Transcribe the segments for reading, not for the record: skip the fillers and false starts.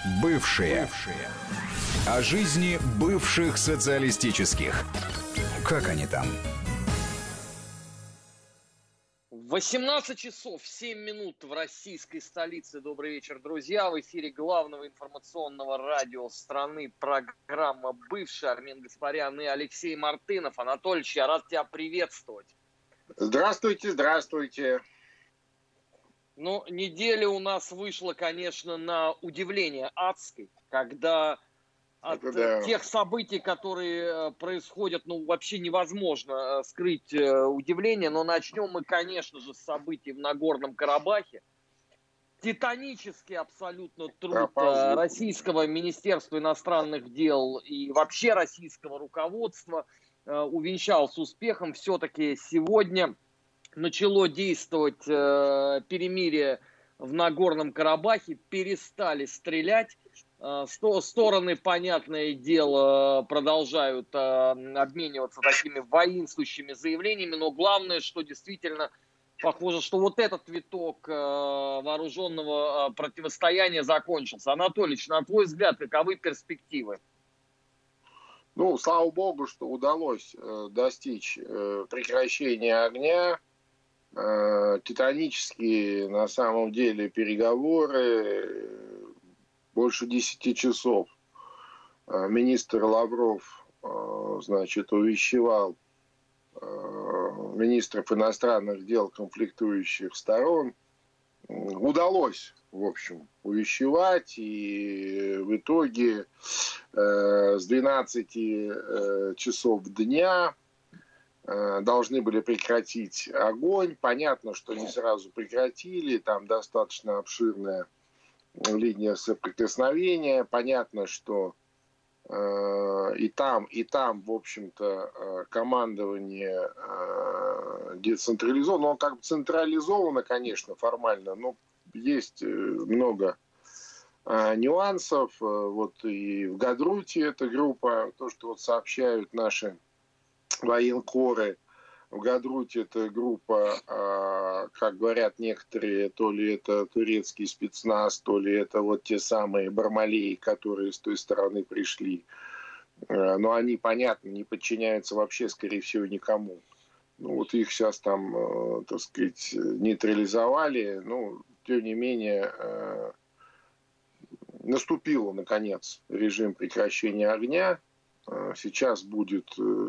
Бывшие. О жизни бывших социалистических. Как они там? 18 часов 7 минут в российской столице. Добрый вечер, друзья. В эфире главного информационного радио страны программа «Бывшие». Армен Гаспарян и Алексей Мартынов. Анатольевич, я рад тебя приветствовать. Здравствуйте, здравствуйте. Ну, неделя у нас вышла, конечно, на удивление адской, когда от тех событий, которые происходят, вообще невозможно скрыть удивление. Но начнем мы, конечно же, с событий в Нагорном Карабахе. Титанический абсолютно труд российского Министерства иностранных дел и вообще российского руководства увенчался успехом. Все-таки сегодня начало действовать перемирие в Нагорном Карабахе, перестали стрелять. Стороны, понятное дело, продолжают обмениваться такими воинствующими заявлениями, но главное, что действительно похоже, что вот этот виток вооруженного противостояния закончился. Анатольевич, на твой взгляд, каковы перспективы? Ну, слава богу, что удалось достичь прекращения огня. Титанические, на самом деле, переговоры, больше 10 часов. Министр Лавров, увещевал министров иностранных дел конфликтующих сторон. Удалось, в общем, увещевать, и в итоге с 12 часов дня должны были прекратить огонь. Понятно, что не сразу прекратили, там достаточно обширная линия соприкосновения. Понятно, что и там, в общем-то, командование децентрализовано. Оно как бы централизовано, конечно, формально, но есть много нюансов. Вот и в Гадруте эта группа, то, что вот сообщают наши военкоры, в Гадруте эта группа, как говорят некоторые, то ли это турецкий спецназ, то ли это вот те самые бармалеи, которые с той стороны пришли. Но они, понятно, не подчиняются вообще, скорее всего, никому. Ну, вот их сейчас там, так сказать, нейтрализовали. Ну, тем не менее, наступил, наконец, режим прекращения огня. Сейчас будет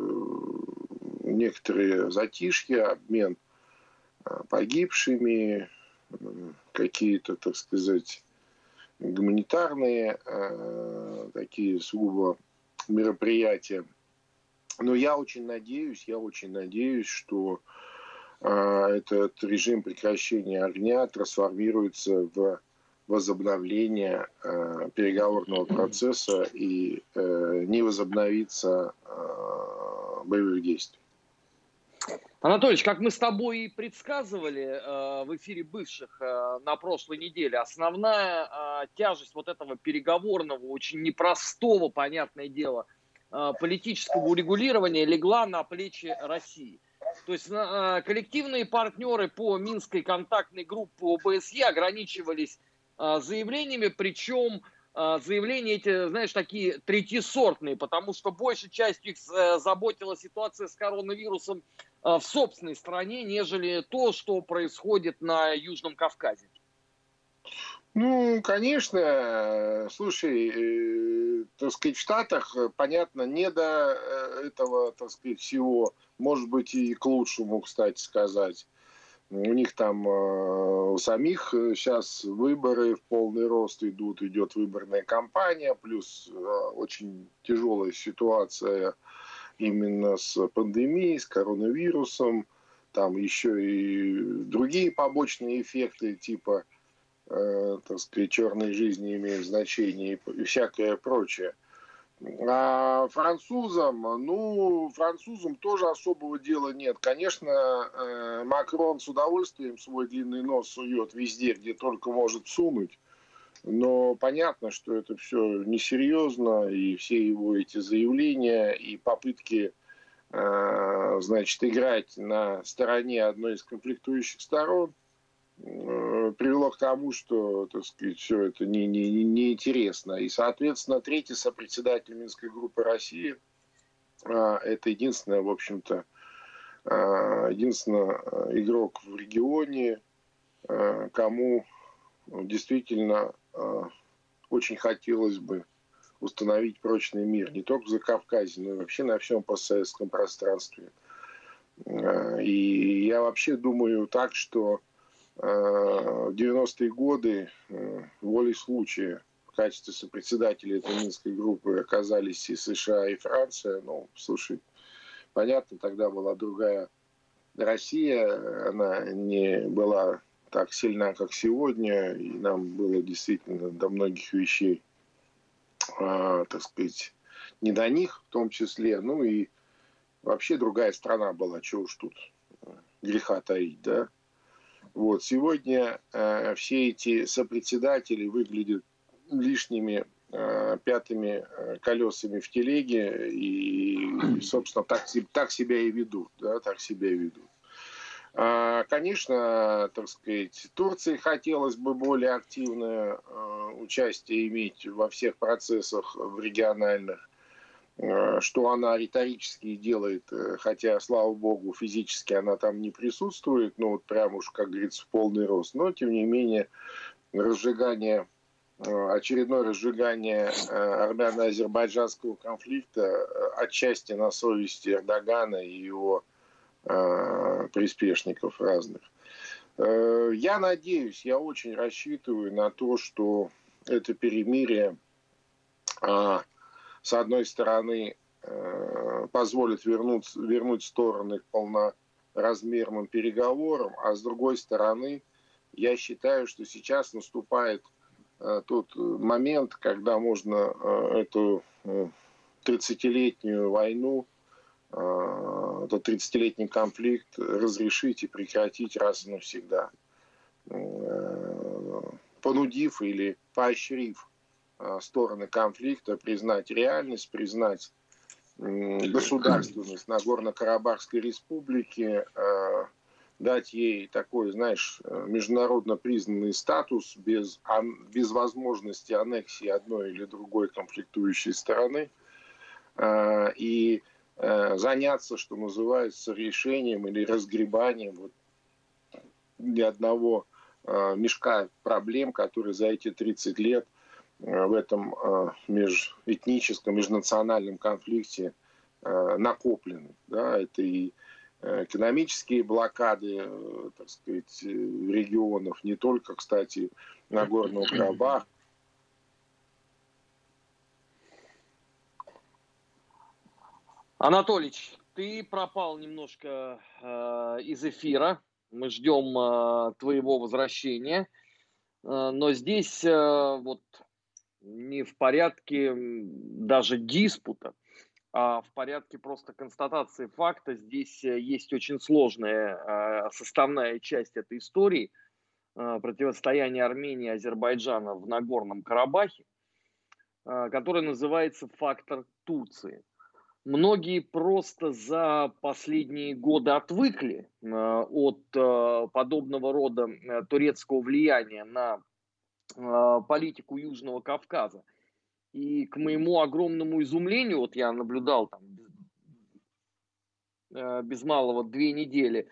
некоторые затишья, обмен погибшими, какие-то, так сказать, гуманитарные такие сугубо мероприятия. Но я очень надеюсь, что этот режим прекращения огня трансформируется в возобновление переговорного процесса и не возобновится боевых действий. Анатольевич, как мы с тобой и предсказывали в эфире «Бывших» на прошлой неделе, основная тяжесть вот этого переговорного, очень непростого, понятное дело, политического урегулирования легла на плечи России. То есть коллективные партнеры по Минской контактной группе ОБСЕ ограничивались заявлениями, причем заявления эти, знаешь, такие третьесортные, потому что большей частью их заботила ситуация с коронавирусом в собственной стране, нежели то, что происходит на Южном Кавказе. Ну, конечно, слушай, так сказать, в Штатах, понятно, не до этого, так сказать, всего, может быть, и к лучшему, кстати сказать. У них там у самих сейчас выборы в полный рост идут, идет выборная кампания, плюс очень тяжелая ситуация именно с пандемией, с коронавирусом, там еще и другие побочные эффекты типа, так сказать, черной жизни имеют значение и всякое прочее. А французам тоже особого дела нет. Конечно, Макрон с удовольствием свой длинный нос сует везде, где только может сунуть. Но понятно, что это все несерьезно, и все его эти заявления и попытки, играть на стороне одной из конфликтующих сторон, привело к тому, что, так сказать, все это неинтересно. И, соответственно, третий сопредседатель Минской группы России – это единственный, в общем-то, единственный игрок в регионе, кому действительно очень хотелось бы установить прочный мир не только в Закавказье, но и вообще на всем постсоветском пространстве. И я вообще думаю так, что в 90-е годы волей случая в качестве сопредседателей этой Минской группы оказались и США, и Франция. Ну, слушай, понятно, тогда была другая Россия, она не была так сильна, как сегодня, и нам было действительно до многих вещей, так сказать, не до них в том числе. Ну и вообще другая страна была, чего уж тут греха таить, да. Вот, сегодня все эти сопредседатели выглядят лишними пятыми колесами в телеге и собственно, так себя и ведут, да, так себя и ведут. Конечно, так сказать, Турции хотелось бы более активное участие иметь во всех процессах региональных, что она риторически делает, хотя, слава богу, физически она там не присутствует, ну вот прям уж, как говорится, в полный рост, но, тем не менее, очередное разжигание армяно-азербайджанского конфликта отчасти на совести Эрдогана и его приспешников разных. Я надеюсь, я очень рассчитываю на то, что это перемирие, с одной стороны, позволит вернуть стороны к полноразмерным переговорам, а с другой стороны, я считаю, что сейчас наступает тот момент, когда можно эту 30-летнюю войну, этот 30-летний конфликт разрешить и прекратить раз и навсегда, понудив или поощрив стороны конфликта признать реальность, признать государственность Нагорно-Карабахской республики, дать ей такой, знаешь, международно признанный статус без возможности аннексии одной или другой конфликтующей стороны и заняться, что называется, решением или разгребанием вот ни одного мешка проблем, которые за эти 30 лет в этом межэтническом, межнациональном конфликте накоплены. Да? Это и экономические блокады, так сказать, регионов, не только, кстати, Нагорного Карабаха. Анатолич, ты пропал немножко из эфира. Мы ждем твоего возвращения. Но здесь вот не в порядке даже диспута, а в порядке просто констатации факта. Здесь есть очень сложная составная часть этой истории противостояния Армении и Азербайджана в Нагорном Карабахе, которая называется фактор Турции. Многие просто за последние годы отвыкли от подобного рода турецкого влияния на политику Южного Кавказа. И к моему огромному изумлению, вот я наблюдал там без малого 2 недели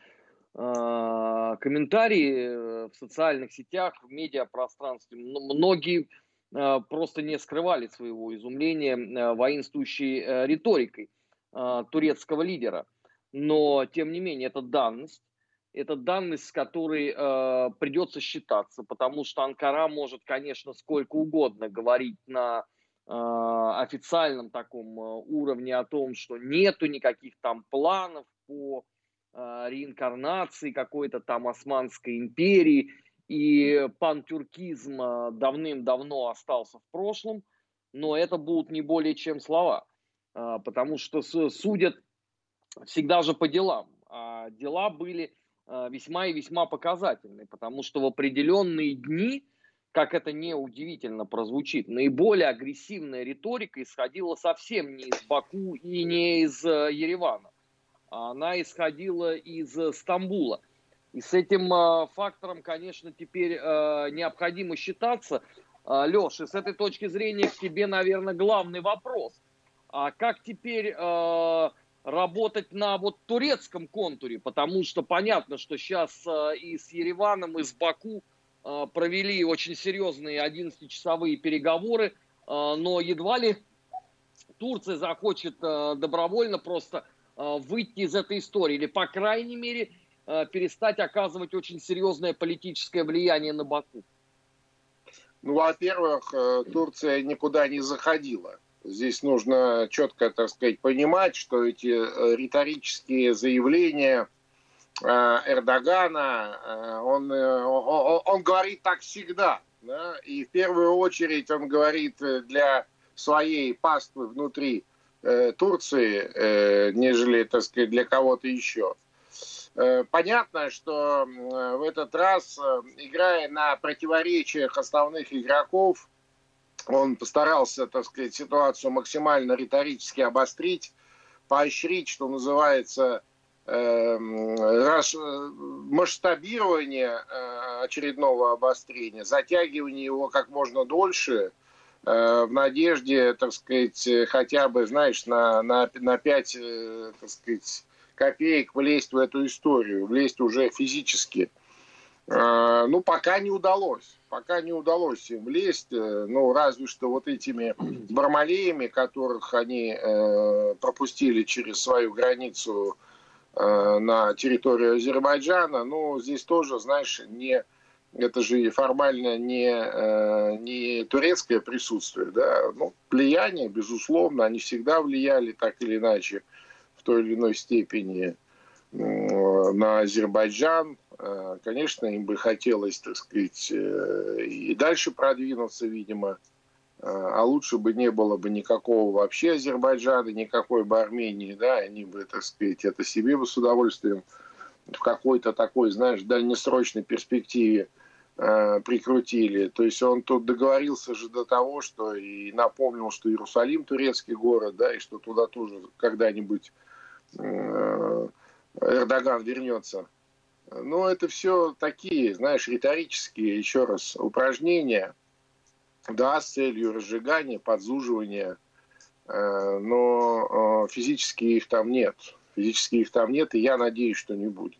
комментарии в социальных сетях, в медиапространстве, многие просто не скрывали своего изумления воинствующей риторикой турецкого лидера. Но, тем не менее, это данность, с которой придется считаться, потому что Анкара может, конечно, сколько угодно говорить на официальном таком уровне о том, что нету никаких там планов по реинкарнации какой-то там Османской империи, и пантюркизм давным-давно остался в прошлом, но это будут не более чем слова, потому что судят всегда же по делам. А дела были весьма и весьма показательны, потому что в определенные дни, как это не удивительно прозвучит, наиболее агрессивная риторика исходила совсем не из Баку и не из Еревана. Она исходила из Стамбула. И с этим фактором, конечно, теперь необходимо считаться. Леш, и с этой точки зрения к тебе, наверное, главный вопрос. А как теперь работать на вот турецком контуре? Потому что понятно, что сейчас и с Ереваном, и с Баку провели очень серьезные 11-часовые переговоры, но едва ли Турция захочет добровольно просто выйти из этой истории, или, по крайней мере, перестать оказывать очень серьезное политическое влияние на Баку. Ну, во-первых, Турция никуда не заходила. Здесь нужно четко, так сказать, понимать, что эти риторические заявления Эрдогана, он говорит так всегда. Да? И в первую очередь он говорит для своей паствы внутри Турции, нежели, так сказать, для кого-то еще. Понятно, что в этот раз, играя на противоречиях основных игроков, он постарался, так сказать, ситуацию максимально риторически обострить, поощрить, что называется, масштабирование очередного обострения, затягивание его как можно дольше, в надежде, так сказать, хотя бы, знаешь, на 5, так сказать, копеек влезть в эту историю, влезть уже физически. Ну, пока не удалось. Пока не удалось им влезть. Ну, разве что вот этими бармалеями, которых они пропустили через свою границу на территорию Азербайджана. Ну, здесь тоже, знаешь, это же формально не турецкое присутствие. Да? Ну, влияние, безусловно, они всегда влияли так или иначе в той или иной степени на Азербайджан. Конечно, им бы хотелось, так сказать, и дальше продвинуться, видимо. А лучше бы не было бы никакого вообще Азербайджана, никакой бы Армении, да, они бы, так сказать, это себе бы с удовольствием в какой-то такой, знаешь, дальнесрочной перспективе прикрутили. То есть он тут договорился же до того, что и напомнил, что Иерусалим турецкий город, да, и что туда тоже когда-нибудь Эрдоган вернется. Но это все такие, знаешь, риторические, еще раз, упражнения, да, с целью разжигания, подзуживания, но физически их там нет. Физически их там нет, и я надеюсь, что не будет.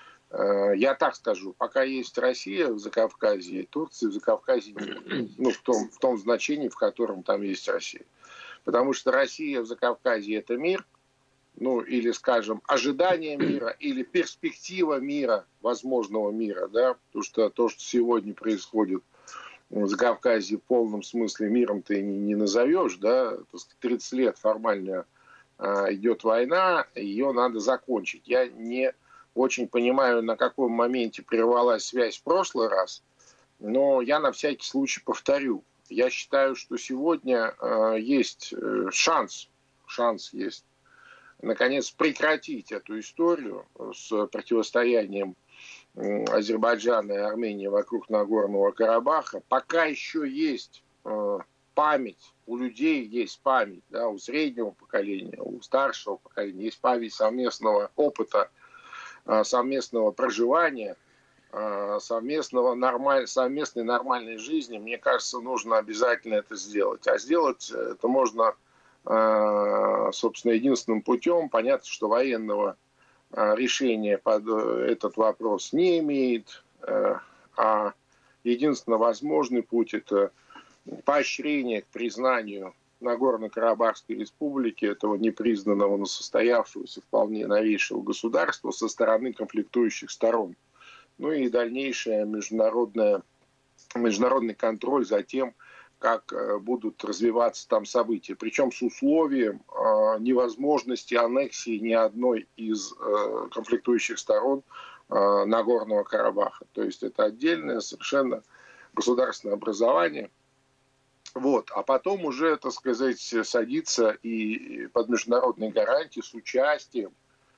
Я так скажу, пока есть Россия в Закавказье, Турции в Закавказье нет. Ну, в том значении, в котором там есть Россия. Потому что Россия в Закавказье – это мир, ну, или, скажем, ожидание мира, или перспектива мира, возможного мира, да, потому что то, что сегодня происходит в Закавказье, в полном смысле миром ты не назовешь, да, 30 лет формально идет война, ее надо закончить. Я не очень понимаю, на каком моменте прервалась связь в прошлый раз, но я на всякий случай повторю. Я считаю, что сегодня есть шанс есть, наконец, прекратить эту историю с противостоянием Азербайджана и Армении вокруг Нагорного Карабаха. Пока еще есть память, у людей есть память, да, у среднего поколения, у старшего поколения есть память совместного опыта, совместного проживания, совместной нормальной жизни. Мне кажется, нужно обязательно это сделать. А сделать это можно, собственно, единственным путем. Понятно, что военного решения под этот вопрос не имеет, а единственно возможный путь – это поощрение к признанию Нагорно-Карабахской республики, этого непризнанного, но состоявшегося вполне новейшего государства со стороны конфликтующих сторон. Ну и дальнейший международный контроль за тем, как будут развиваться там события. Причем с условием невозможности аннексии ни одной из конфликтующих сторон Нагорного Карабаха. То есть это отдельное совершенно государственное образование. Вот. А потом уже, так сказать, садиться и под международные гарантии с участием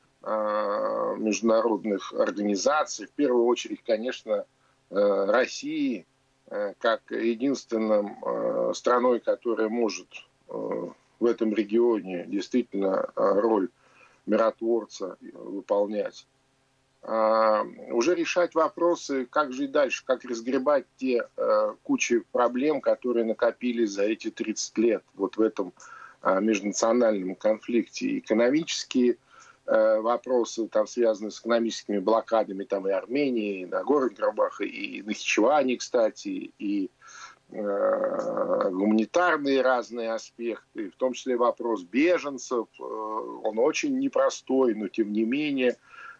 международных организаций, в первую очередь, конечно, России, как единственной страной, которая может в этом регионе действительно роль миротворца выполнять. уже решать вопросы, как жить дальше, как разгребать те кучи проблем, которые накопились за эти 30 лет вот в этом межнациональном конфликте. Экономические вопросы, там, связанные с экономическими блокадами там, и Армении, и Нагорного Карабаха, и Нахичевани, кстати, и гуманитарные разные аспекты, в том числе вопрос беженцев, он очень непростой, но тем не менее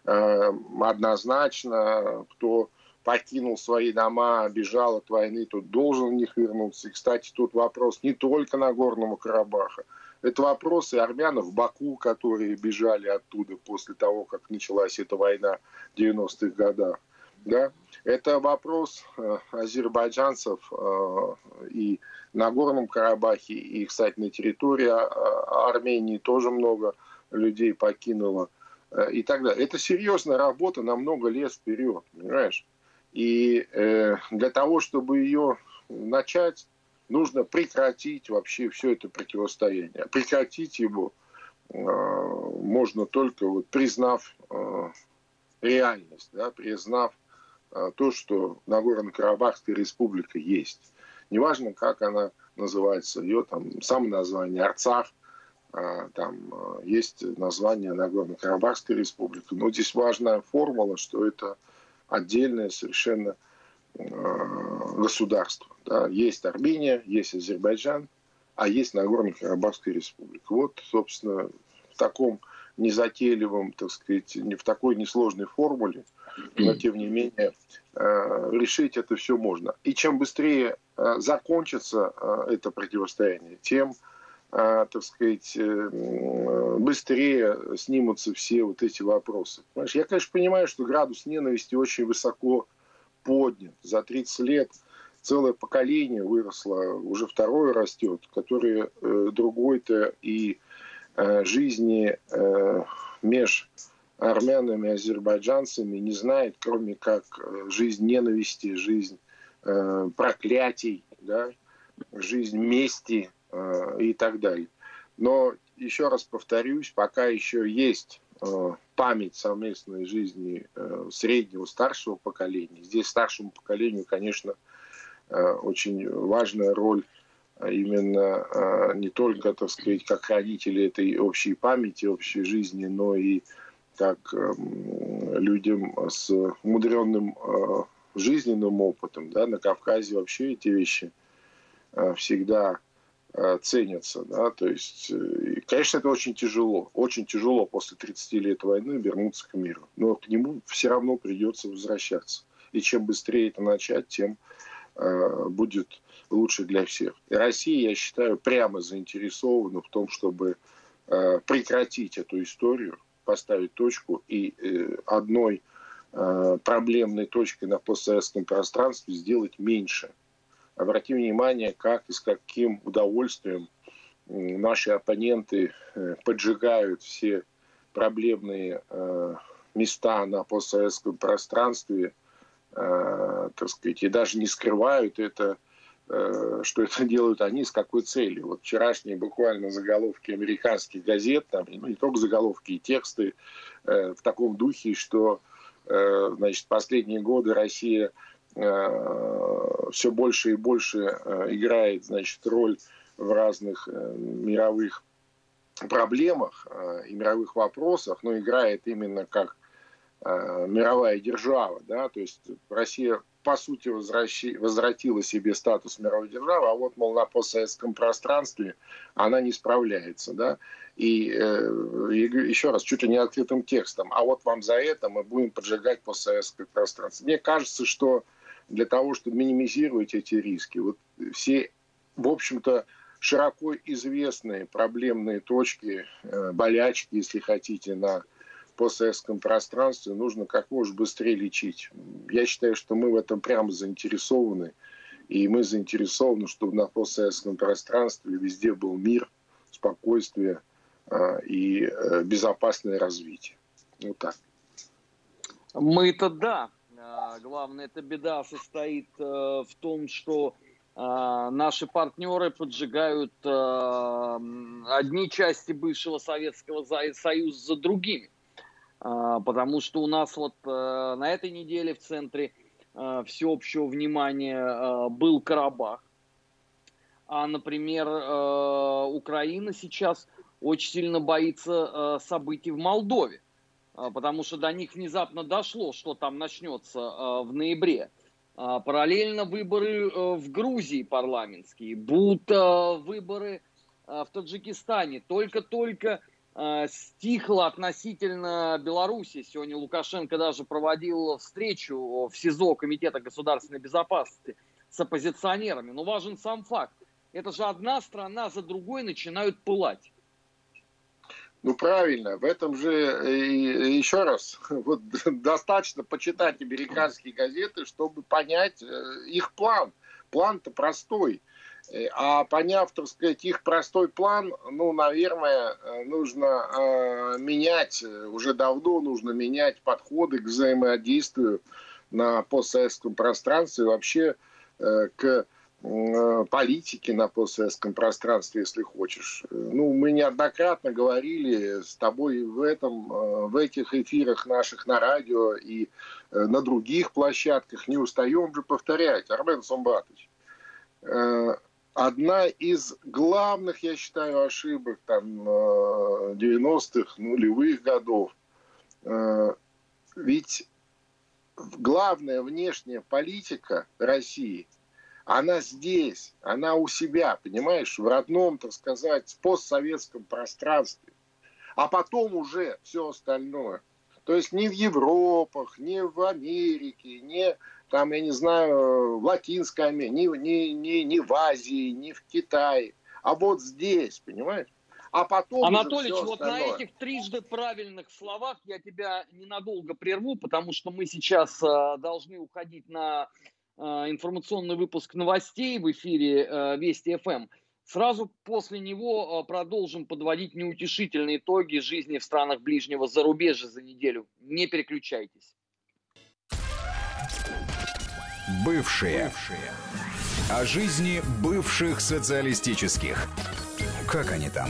однозначно, кто покинул свои дома, бежал от войны, тот должен в них вернуться. И, кстати, тут вопрос не только Нагорного Карабаха. Это вопросы армян в Баку, которые бежали оттуда после того, как началась эта война в 90-х годах. Да? Это вопрос азербайджанцев и в Нагорном Карабахе, и, кстати, на территории Армении тоже много людей покинуло. И так далее. Это серьезная работа на много лет вперед, понимаешь? И для того, чтобы ее начать, нужно прекратить вообще все это противостояние. Прекратить его можно только вот признав реальность, да, признав то, что Нагорно-Карабахская республика есть. Неважно, как она называется, ее там самоназвание Арцах, там есть название Нагорно-Карабахской республики. Но здесь важная формула, что это отдельное совершенно государство. Да. Есть Армения, есть Азербайджан, а есть Нагорно-Карабахская республика. Вот, собственно, в таком незатейливом, так сказать, в такой несложной формуле, но тем не менее решить это все можно. И чем быстрее закончится это противостояние, тем так сказать, быстрее снимутся все вот эти вопросы. Понимаешь, я, конечно, понимаю, что градус ненависти очень высоко поднят. За 30 лет целое поколение выросло, уже второе растет, которое другой-то и жизни между армянами и азербайджанцами не знает, кроме как жизнь ненависти, жизнь проклятий, да, жизнь мести, и так далее. Но, еще раз повторюсь, пока еще есть память совместной жизни среднего, старшего поколения. Здесь старшему поколению, конечно, очень важная роль именно не только, так сказать, как хранители этой общей памяти, общей жизни, но и как людям с умудренным жизненным опытом. Да, на Кавказе вообще эти вещи всегда ценятся, да, то есть, конечно, это очень тяжело после 30 лет войны вернуться к миру, но к нему все равно придется возвращаться, и чем быстрее это начать, тем будет лучше для всех. И Россия, я считаю, прямо заинтересована в том, чтобы прекратить эту историю, поставить точку, и одной проблемной точкой на постсоветском пространстве сделать меньше. Обратим внимание, как и с каким удовольствием наши оппоненты поджигают все проблемные места на постсоветском пространстве, так сказать, и даже не скрывают это, что это делают они, с какой целью. Вот вчерашние буквально заголовки американских газет, там, ну, не только заголовки, и тексты в таком духе, что, значит, последние годы Россия все больше и больше играет, значит, роль в разных мировых проблемах и мировых вопросах, но играет именно как мировая держава, да, то есть Россия по сути возвратила себе статус мировой державы, а вот, мол, на постсоветском пространстве она не справляется, да, и еще раз, чуть ли не открытым текстом, а вот вам за это мы будем поджигать постсоветское пространство. Мне кажется, что для того, чтобы минимизировать эти риски, вот все, в общем-то, широко известные проблемные точки, болячки, если хотите, на постсоветском пространстве нужно как можно быстрее лечить. Я считаю, что мы в этом прямо заинтересованы, и мы заинтересованы, чтобы на постсоветском пространстве везде был мир, спокойствие и безопасное развитие. Вот так. Мы-то да. Главное, эта беда состоит в том, что наши партнеры поджигают одни части бывшего Советского Союза за другими. Потому что у нас вот на этой неделе в центре всеобщего внимания был Карабах. А, например, Украина сейчас очень сильно боится событий в Молдове, потому что до них внезапно дошло, что там начнется в ноябре. Параллельно выборы в Грузии парламентские, будут выборы в Таджикистане. Только-только стихло относительно Беларуси. Сегодня Лукашенко даже проводил встречу в СИЗО Комитета государственной безопасности с оппозиционерами. Но важен сам факт. Это же одна страна за другой начинают пылать. Ну, правильно. В этом же, еще раз, вот, достаточно почитать американские газеты, чтобы понять их план. План-то простой. А поняв, так сказать, их простой план, ну, наверное, нужно менять, уже давно нужно менять подходы к взаимодействию на постсоветском пространстве, вообще к политике на постсоветском пространстве, если хочешь. Ну, мы неоднократно говорили с тобой в этих эфирах наших на радио и на других площадках, не устаем же повторять, Армен Сумбатович. Одна из главных, я считаю, ошибок там 90-х, нулевых годов, ведь главная внешняя политика России, она здесь, она у себя, понимаешь, в родном, так сказать, постсоветском пространстве, а потом уже все остальное. То есть не в Европах, не в Америке, не там, я не знаю, в Латинской Америке, не в Азии, не в Китае, а вот здесь, понимаешь? А потом Анатолич, вот на этих трижды правильных словах я тебя ненадолго прерву, потому что мы сейчас должны уходить на информационный выпуск новостей в эфире Вести ФМ. Сразу после него продолжим подводить неутешительные итоги жизни в странах ближнего зарубежья за неделю. Не переключайтесь. Бывшие. О жизни бывших социалистических. Как они там?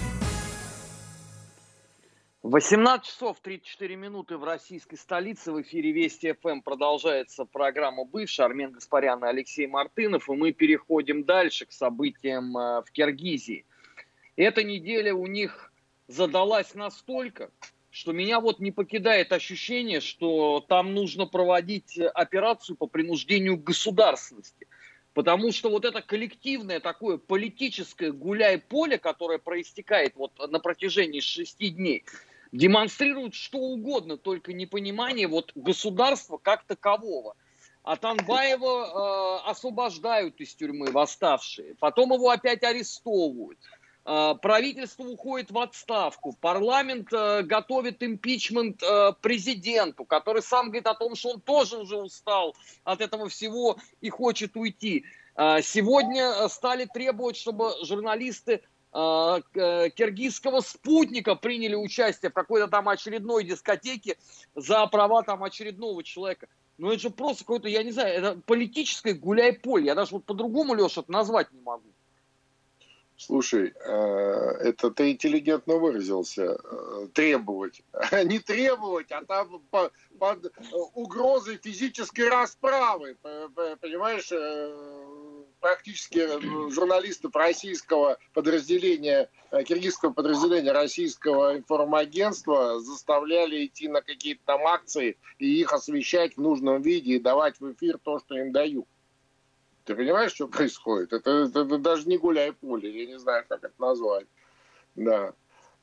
18 часов 34 минуты в российской столице. В эфире Вести ФМ продолжается программа «Бывшие». Армен Гаспарян и Алексей Мартынов. И мы переходим дальше к событиям в Киргизии. Эта неделя у них задалась настолько, что меня вот не покидает ощущение, что там нужно проводить операцию по принуждению к государственности. Потому что вот это коллективное такое политическое гуляй-поле, которое проистекает вот на протяжении 6 дней, демонстрирует что угодно, только непонимание вот государства как такового. Атанбаева освобождают из тюрьмы восставшие, потом его опять арестовывают. Правительство уходит в отставку, парламент готовит импичмент президенту, который сам говорит о том, что он тоже уже устал от этого всего и хочет уйти. Сегодня стали требовать, чтобы журналисты киргизского «Спутника» приняли участие в какой-то там очередной дискотеке за права там очередного человека. Ну это же просто какое-то, я не знаю, это политическое гуляй-поле. Я даже вот по-другому, Леша, это назвать не могу. Слушай, это ты интеллигентно выразился. Требовать. Не требовать, а там под угрозой физической расправы. Понимаешь, практически журналистов российского подразделения, киргизского подразделения российского информагентства заставляли идти на какие-то там акции и их освещать в нужном виде и давать в эфир то, что им дают. Ты понимаешь, что происходит? Это даже не гуляй-поле, я не знаю, как это назвать. Да.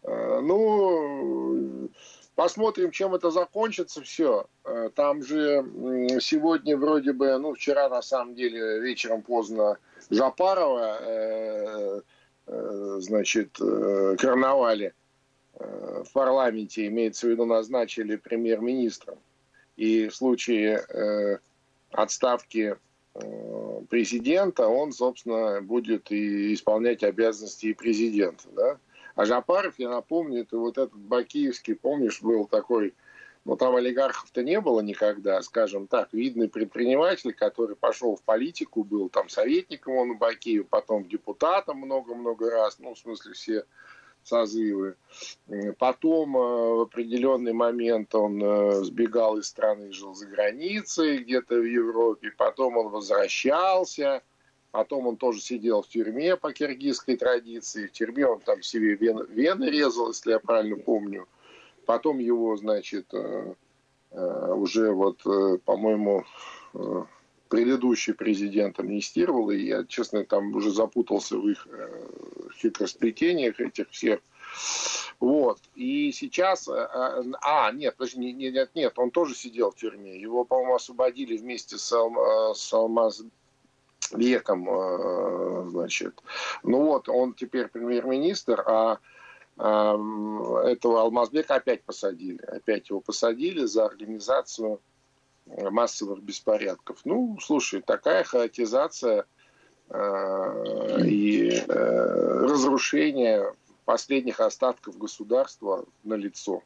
Ну, посмотрим, чем это закончится все. Там же сегодня вроде бы, ну, вчера на самом деле вечером поздно Жапарова, значит, короновали в парламенте, имеется в виду, назначили премьер-министром. И в случае отставки президента, он, собственно, будет и исполнять обязанности и президента, да. А Жапаров, я напомню, это вот этот бакиевский, помнишь, был такой, ну, там олигархов-то не было никогда, скажем так, видный предприниматель, который пошел в политику, был там советником он у Бакиева, потом депутатом много-много раз, ну, в смысле, все созывы. Потом в определенный момент он сбегал из страны, жил за границей, где-то в Европе. Потом он возвращался. Потом он тоже сидел в тюрьме по киргизской традиции. В тюрьме он там себе вены резал, если я правильно помню. Потом его, значит, уже вот, по-моему, предыдущий президент амнистировал, и я, честно, там уже запутался в их хитросплетениях этих всех. Вот. И сейчас... нет, подожди, нет, он тоже сидел в тюрьме. Его, по-моему, освободили вместе с Алмазбеком, значит. Ну вот, он теперь премьер-министр, а этого Алмазбека опять посадили. Опять его посадили за организацию массовых беспорядков. Ну, слушай, такая хаотизация и разрушение последних остатков государства налицо.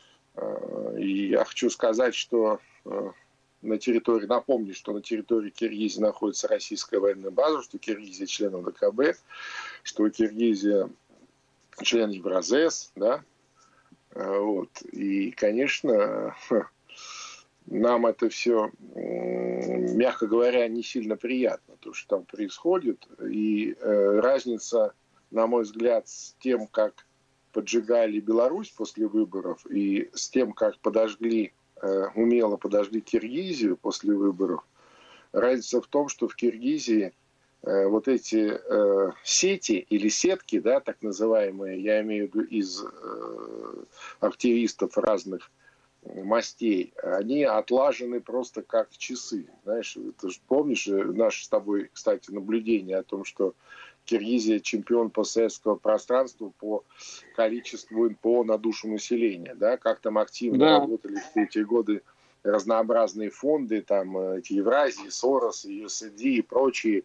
И я хочу сказать, что напомню, что на территории Киргизии находится российская военная база, что Киргизия член ОДКБ, что Киргизия член Евразес, да, вот. И, конечно, нам это все, мягко говоря, не сильно приятно, то, что там происходит. И разница, на мой взгляд, с тем, как поджигали Беларусь после выборов, и с тем, как умело подожгли Киргизию после выборов, разница в том, что в Киргизии вот эти сети или сетки, да, так называемые, я имею в виду из активистов разных мастей, они отлажены просто как часы. Знаешь, ты же помнишь наше с тобой, кстати, наблюдение о том, что Киргизия чемпион постсоветского пространства по количеству НПО на душу населения, да, как там активно работали в эти годы разнообразные фонды, там эти Евразии, Сорос, USAID и прочие.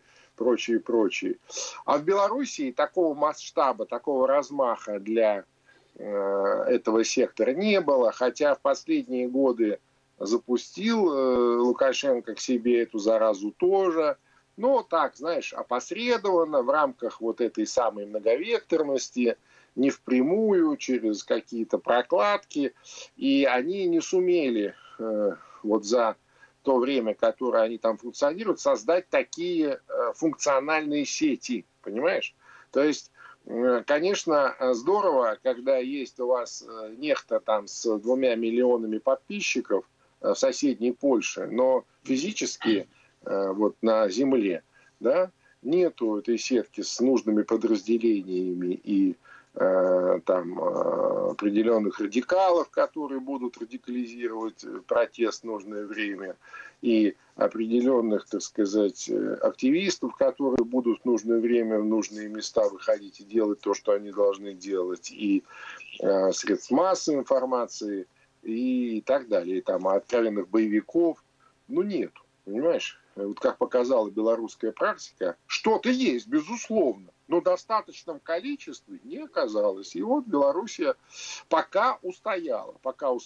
А в Белоруссии такого масштаба, такого размаха для этого сектора не было, хотя в последние годы запустил Лукашенко к себе эту заразу тоже, но так, знаешь, опосредованно в рамках вот этой самой многовекторности, не впрямую, через какие-то прокладки, и они не сумели вот за то время, которое они там функционируют, создать такие функциональные сети, понимаешь? То есть, конечно, здорово, когда есть у вас нехта там с 2 миллионами подписчиков в соседней Польше, но физически вот на земле, да, нету этой сетки с нужными подразделениями и там определенных радикалов, которые будут радикализировать протест в нужное время, и определенных, так сказать, активистов, которые будут в нужное время в нужные места выходить и делать то, что они должны делать, и средств массовой информации, и так далее, и там откровенных боевиков, ну нету, понимаешь? Вот как показала белорусская практика, что-то есть, безусловно, но в достаточном количестве не оказалось. И вот Белоруссия пока устояла.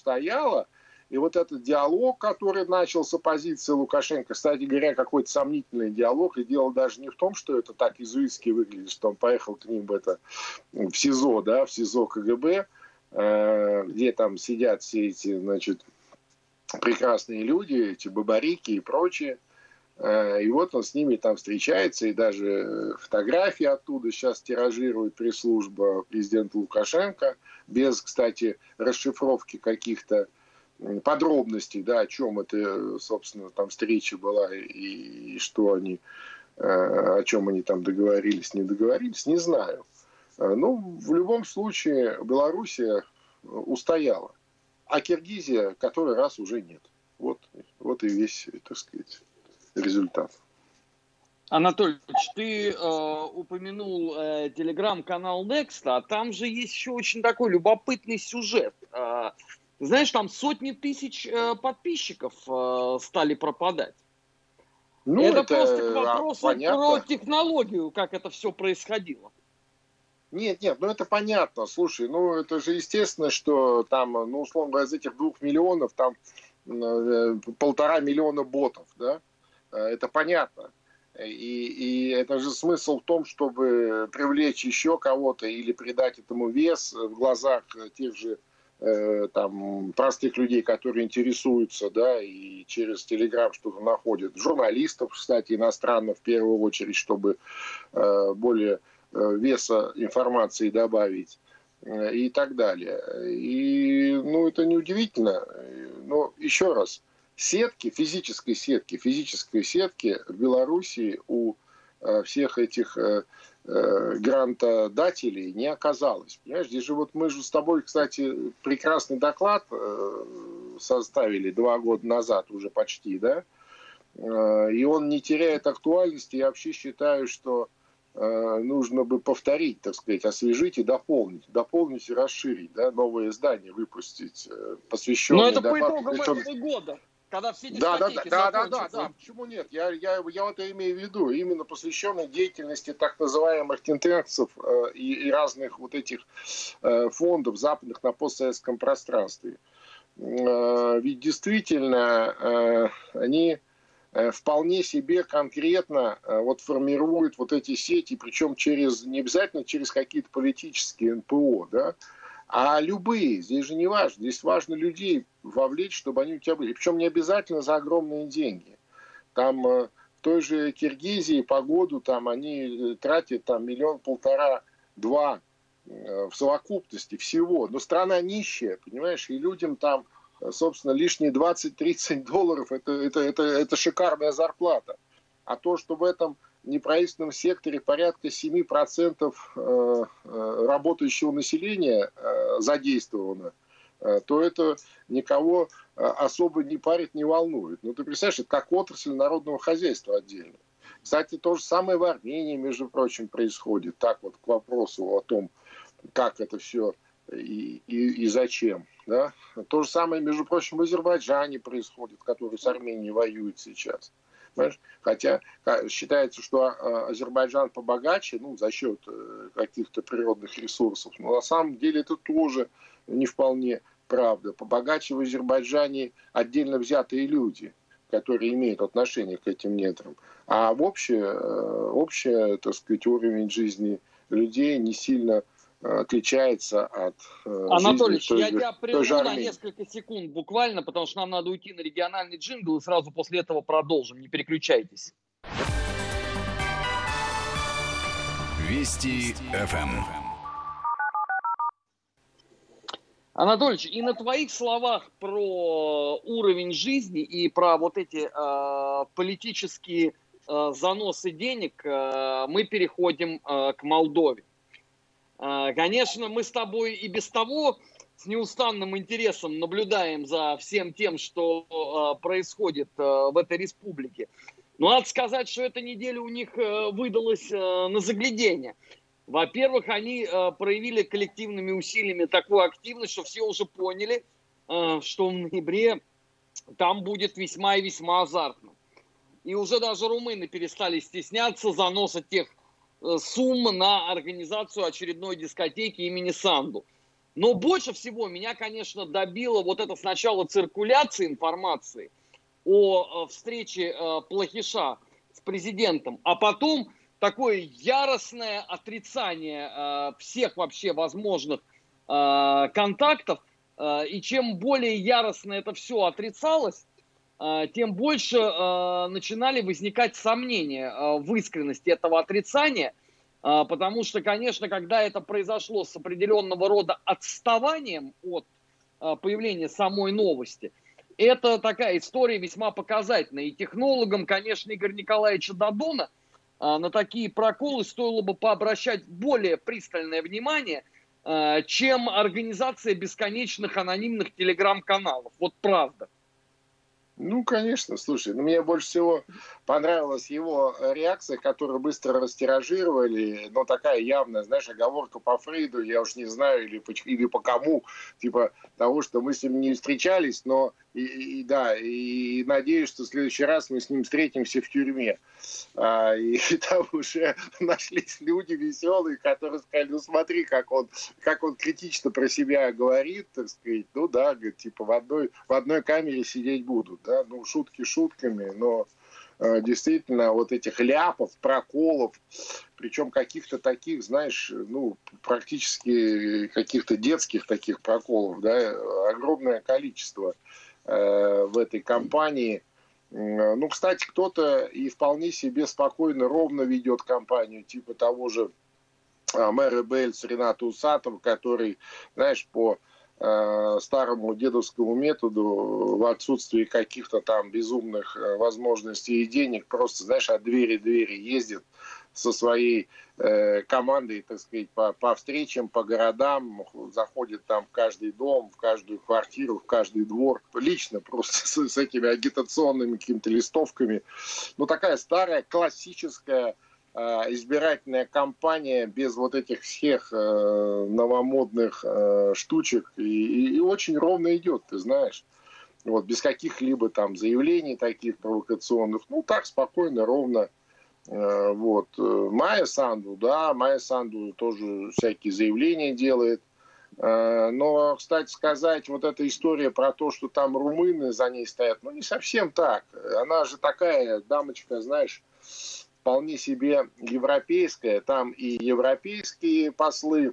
И вот этот диалог, который начал с оппозицией Лукашенко, кстати говоря, какой-то сомнительный диалог, и дело даже не в том, что это так иезуитски выглядит, что он поехал к ним в СИЗО, да, в СИЗО КГБ, где там сидят все эти, значит, прекрасные люди, эти бабарики и прочие. И вот он с ними там встречается, и даже фотографии оттуда сейчас тиражирует пресс-служба президента Лукашенко, без, кстати, расшифровки каких-то подробностей, да, о чем это, собственно, там встреча была, и что они, о чем они там договорились, не договорились, не знаю. Ну, в любом случае, Белоруссия устояла, а Киргизия который раз уже нет. Вот и весь, так сказать, результат. Анатольевич, ты упомянул телеграм-канал Next, а там же есть еще очень такой любопытный сюжет. Знаешь, там сотни тысяч подписчиков стали пропадать. Ну, это просто к вопросу про технологию, как это все происходило. Нет, ну это понятно. Слушай, ну это же естественно, что там, ну условно говоря, из этих 2 миллионов там 1,5 миллиона ботов, да? Это понятно. И это же смысл в том, чтобы привлечь еще кого-то или придать этому вес в глазах тех же там простых людей, которые интересуются, да, и через Телеграм что-то находят. Журналистов, кстати, иностранных в первую очередь, чтобы более веса информации добавить и так далее. И, ну, это неудивительно. Но еще раз, физической сетки в Белоруссии у всех этих грантодателей не оказалось. Понимаешь, здесь же вот мы же с тобой, кстати, прекрасный доклад составили 2 года назад уже почти, да, и он не теряет актуальности. Я вообще считаю, что нужно бы повторить, так сказать, освежить и дополнить и расширить, да, новое издание выпустить, посвященное... Но это по итогам этого года. Когда все дискотеки закончатся. Да. Почему нет? Я вот это имею в виду. Именно посвященной деятельности так называемых тинтексов и разных вот этих фондов западных на постсоветском пространстве. Ведь действительно они вполне себе конкретно вот формируют вот эти сети, причем не обязательно через какие-то политические НПО, да, а любые, здесь же не важно, здесь важно людей вовлечь, чтобы они у тебя были. Причем не обязательно за огромные деньги. Там в той же Киргизии по году там они тратят там 1,5–2 миллиона в совокупности всего. Но страна нищая, понимаешь, и людям там, собственно, лишние $20–30 это шикарная зарплата. А то, что в этом неправительственном секторе порядка 7% работающего населения задействовано, то это никого особо не парит, не волнует. Ну, ты представляешь, это как отрасль народного хозяйства отдельно. Кстати, то же самое в Армении, между прочим, происходит. Так вот, к вопросу о том, как это все и зачем. Да? То же самое, между прочим, в Азербайджане происходит, который с Арменией воюет сейчас. Понимаешь? Хотя считается, что Азербайджан побогаче, ну, за счет каких-то природных ресурсов. Но на самом деле это тоже не вполне правда. Побогаче в Азербайджане отдельно взятые люди, которые имеют отношение к этим недрам. А общий, так сказать, уровень жизни людей не сильно отличается от Анатолий, жизни я тебя прерву на несколько секунд буквально, потому что нам надо уйти на региональный джингл, и сразу после этого продолжим. Не переключайтесь. Вести ФМ. Анатольевич, и на твоих словах про уровень жизни и про вот эти политические заносы денег мы переходим к Молдове. Конечно, мы с тобой и без того с неустанным интересом наблюдаем за всем тем, что происходит в этой республике. Но надо сказать, что эта неделя у них выдалась на загляденье. Во-первых, они проявили коллективными усилиями такую активность, что все уже поняли, что в ноябре там будет весьма и весьма азартно. И уже даже румыны перестали стесняться заноса тех сумм на организацию очередной дискотеки имени Санду. Но больше всего меня, конечно, добило вот это сначала циркуляция информации о встрече Плохиша с президентом, а потом такое яростное отрицание всех вообще возможных контактов. И чем более яростно это все отрицалось, тем больше начинали возникать сомнения в искренности этого отрицания, потому что, конечно, когда это произошло с определенного рода отставанием от появления самой новости, это такая история весьма показательная. И технологам, конечно, Игоря Николаевича Додона на такие проколы стоило бы пообращать более пристальное внимание, чем организация бесконечных анонимных телеграм-каналов. Вот правда. Ну, конечно, слушай, мне больше всего понравилась его реакция, которую быстро растиражировали, но такая явная, знаешь, оговорка по Фрейду, я уж не знаю, или по кому, типа того, что мы с ним не встречались, но и надеюсь, что в следующий раз мы с ним встретимся в тюрьме. И там уже нашлись люди веселые, которые сказали, ну смотри, как он критично про себя говорит, так сказать, ну да, говорит, типа в одной камере сидеть будут, да, ну шутки шутками, но действительно вот этих ляпов, проколов, причем каких-то таких, знаешь, ну, практически каких-то детских таких проколов, да, огромное количество в этой кампании. Ну, кстати, кто-то и вполне себе спокойно, ровно ведет кампанию, типа того же мэра Бельца Рената Усатова, который, знаешь, по старому дедовскому методу, в отсутствии каких-то там безумных возможностей и денег, просто, знаешь, от двери к двери ездит со своей командой, так сказать, по встречам, по городам, заходит там в каждый дом, в каждую квартиру, в каждый двор, лично просто с этими агитационными какими-то листовками. Ну, такая старая, классическая избирательная кампания без вот этих всех новомодных штучек и очень ровно идет, ты знаешь. Вот, без каких-либо там заявлений таких провокационных. Ну, так спокойно, ровно. Вот. Майя Санду, да, Майя Санду тоже всякие заявления делает. Но, кстати сказать, вот эта история про то, что там румыны за ней стоят, ну, не совсем так. Она же такая дамочка, знаешь, вполне себе европейская. Там и европейские послы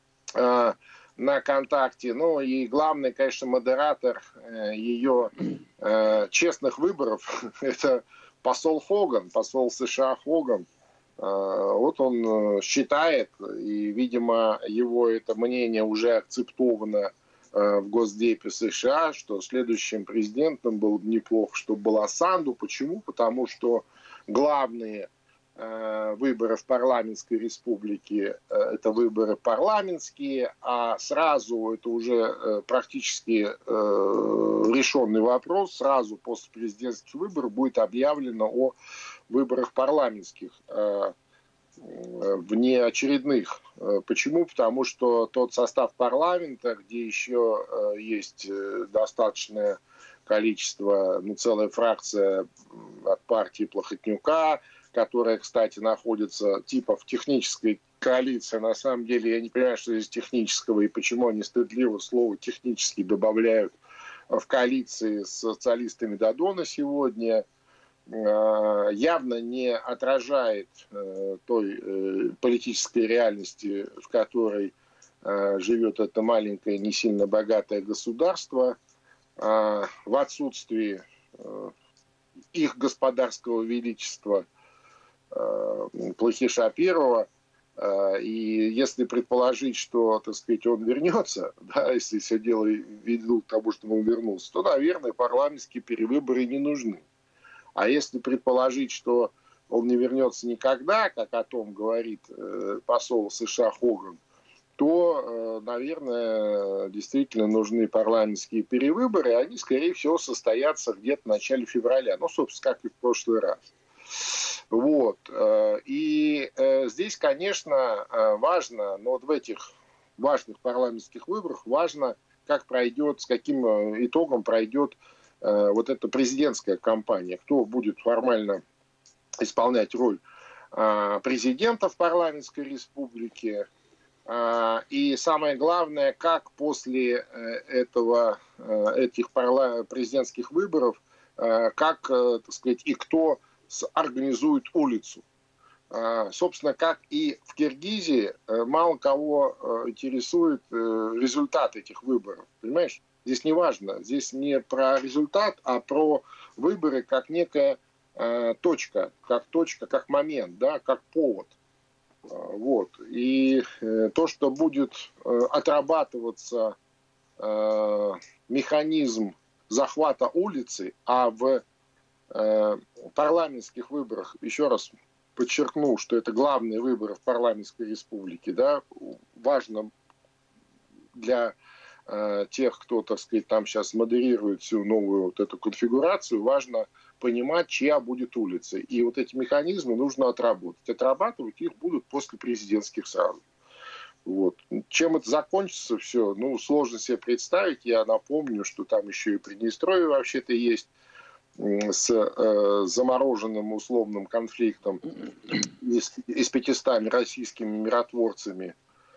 на контакте. Ну и главный, конечно, модератор ее честных выборов – это посол Хоган, посол США Хоган. Вот он считает, и, видимо, его это мнение уже акцептовано в Госдепе США, что следующим президентом было бы неплохо, чтобы была Санду. Почему? Потому что главные выборы в парламентской республике – это выборы парламентские, а сразу это уже практически решенный вопрос. Сразу после президентских выборов будет объявлено о выборах парламентских, внеочередных. Почему? Потому что тот состав парламента, где еще есть достаточное количество, ну, целая фракция от партии Плохотнюка, которая, кстати, находится типа в технической коалиции. На самом деле я не понимаю, что здесь технического и почему они стыдливо слово «технический» добавляют в коалиции с социалистами Додона сегодня. Явно не отражает той политической реальности, в которой живет это маленькое, не сильно богатое государство. В отсутствии их господарского величества Плохиша Первого. И если предположить, что, так сказать, он вернется, да, если все дело ведут к тому, что он вернулся, то, наверное, парламентские перевыборы не нужны. А если предположить, что он не вернется никогда, как о том говорит посол США Хоган, то, наверное, действительно нужны парламентские перевыборы, и они, скорее всего, состоятся где-то в начале февраля. Ну, собственно, как и в прошлый раз. Вот. И здесь, конечно, важно, но вот в этих важных парламентских выборах важно, как пройдет, с каким итогом пройдет вот эта президентская кампания, кто будет формально исполнять роль президента в парламентской республике. И самое главное, как после этих президентских выборов, как, так сказать, и кто организует улицу. Собственно, как и в Киргизии, мало кого интересует результат этих выборов. Понимаешь? Здесь не важно. Здесь не про результат, а про выборы как некая точка, как момент, да, как повод. Вот. И то, что будет отрабатываться механизм захвата улицы, а в парламентских выборах, еще раз подчеркну, что это главные выборы в парламентской республике, да, важно для тех, кто, так сказать, там сейчас модерирует всю новую вот эту конфигурацию, важно понимать, чья будет улица. И вот эти механизмы нужно отработать. Отрабатывать их будут после президентских сразу. Вот. Чем это закончится все, ну, сложно себе представить. Я напомню, что там еще и Приднестровье вообще-то есть с замороженным условным конфликтом и с 500 российскими миротворцами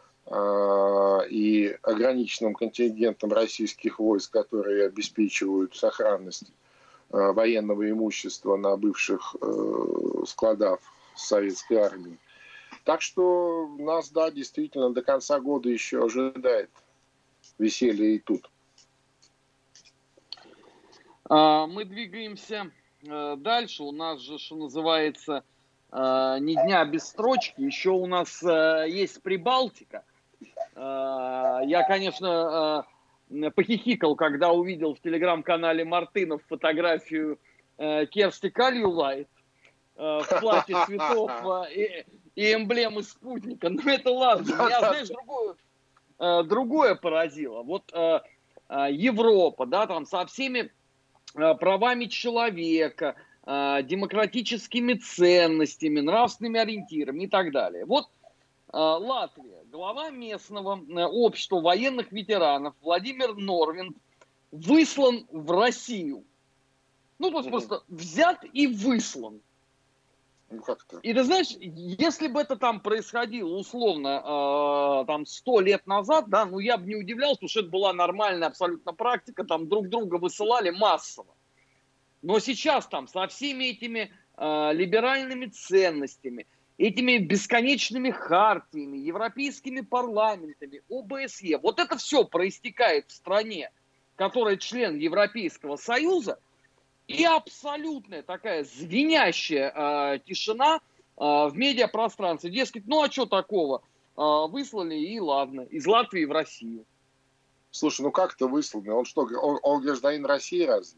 и ограниченным контингентом российских войск, которые обеспечивают сохранность военного имущества на бывших складах советской армии. Так что нас, да, действительно, до конца года еще ожидает веселье и тут. Мы двигаемся дальше. У нас же, что называется, ни дня без строчки. Еще у нас есть Прибалтика. Я, конечно, похихикал, когда увидел в телеграм-канале Мартынов фотографию Керсти Кальюлайт в платье цветов и эмблемы спутника. Но это ладно. Меня, знаешь, другое поразило. Вот Европа, да, там со всеми правами человека, демократическими ценностями, нравственными ориентирами и так далее. Вот Латвия, глава местного общества военных ветеранов Владимир Норвинд выслан в Россию. Ну, то есть просто взят и выслан. Ну, как-то. И ты знаешь, если бы это там происходило условно там 100 лет назад, да, ну я бы не удивлялся, потому что это была нормальная абсолютно практика, там друг друга высылали массово. Но сейчас там со всеми этими либеральными ценностями, этими бесконечными хартиями, европейскими парламентами, ОБСЕ, вот это все проистекает в стране, которая член Европейского Союза, и абсолютная такая звенящая тишина в медиапространстве. Дескать, ну а что такого? Выслали и ладно, из Латвии в Россию. Слушай, ну как-то высланы? Он что, он гражданин России разве?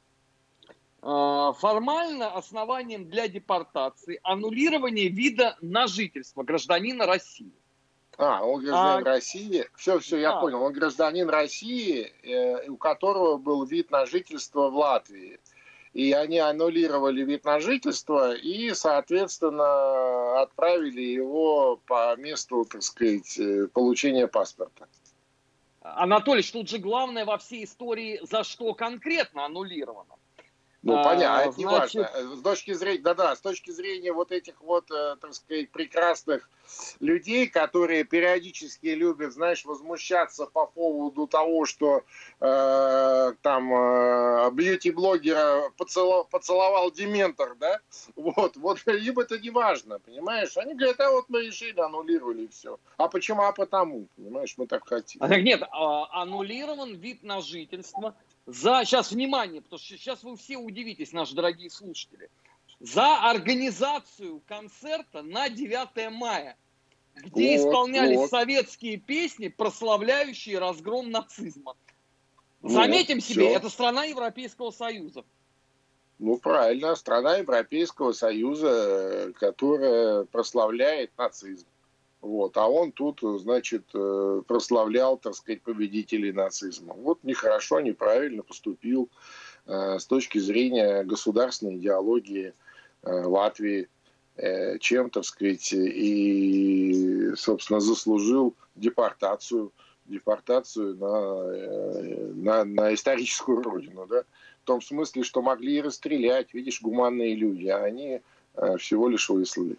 Формально основанием для депортации аннулирование вида на жительство гражданина России. Он гражданин России. Все, я понял. Он гражданин России, у которого был вид на жительство в Латвии. И они аннулировали вид на жительство и, соответственно, отправили его по месту, так сказать, получения паспорта. Анатолий, тут же главное во всей истории, за что конкретно аннулировано. Ну, понятно, это не важно. С точки зрения, с точки зрения вот этих вот, так сказать, прекрасных людей, которые периодически любят, знаешь, возмущаться по поводу того, что там бьюти-блогера поцеловал дементор, да? Вот им это не важно, понимаешь? Они говорят, вот мы решили, аннулировали и все. А почему? А потому, понимаешь, мы так хотим. Нет, аннулирован вид на жительство. Сейчас, внимание, потому что сейчас вы все удивитесь, наши дорогие слушатели. За организацию концерта на 9 мая, где исполнялись советские песни, прославляющие разгром нацизма. Заметим себе, это страна Европейского Союза. Ну, правильно, страна Европейского Союза, которая прославляет нацизм. Вот, а он тут, значит, прославлял, так сказать, победителей нацизма. Вот нехорошо, неправильно поступил с точки зрения государственной идеологии Латвии, чем, так сказать, и, собственно, заслужил депортацию на историческую родину, да, в том смысле, что могли и расстрелять, видишь, гуманные люди, а они всего лишь выслали.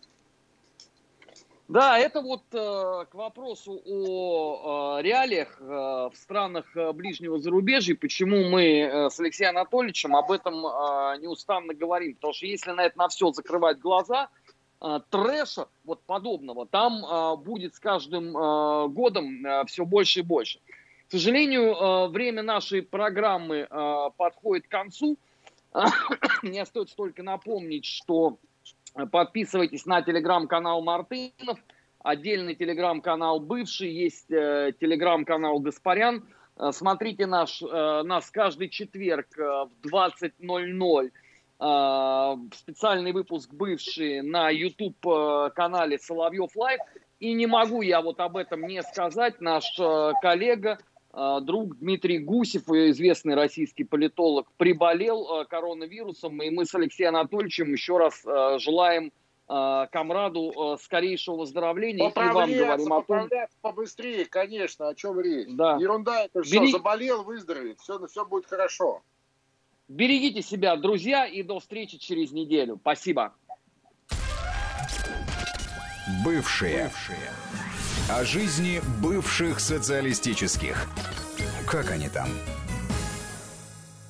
Да, это вот к вопросу о реалиях в странах ближнего зарубежья, почему мы с Алексеем Анатольевичем об этом неустанно говорим. Потому что если на это на все закрывать глаза, трэша вот подобного там будет с каждым годом все больше и больше. К сожалению, время нашей программы подходит к концу. Мне остается только напомнить, что подписывайтесь на телеграм-канал Мартынов, отдельный телеграм-канал Бывший, есть телеграм-канал Гаспарян. Смотрите нас каждый четверг в 20:00. Специальный выпуск Бывший на YouTube-канале Соловьев Лайв. И не могу я вот об этом не сказать. Наш коллега, друг Дмитрий Гусев, известный российский политолог, приболел коронавирусом, и мы с Алексеем Анатольевичем еще раз желаем комраду скорейшего выздоровления. И вам говорим о том... побыстрее, конечно, о чем речь. Да. Ерунда, это все, заболел, выздоровеет, все будет хорошо. Берегите себя, друзья, и до встречи через неделю. Спасибо. Бывшие. О жизни бывших социалистических. Как они там?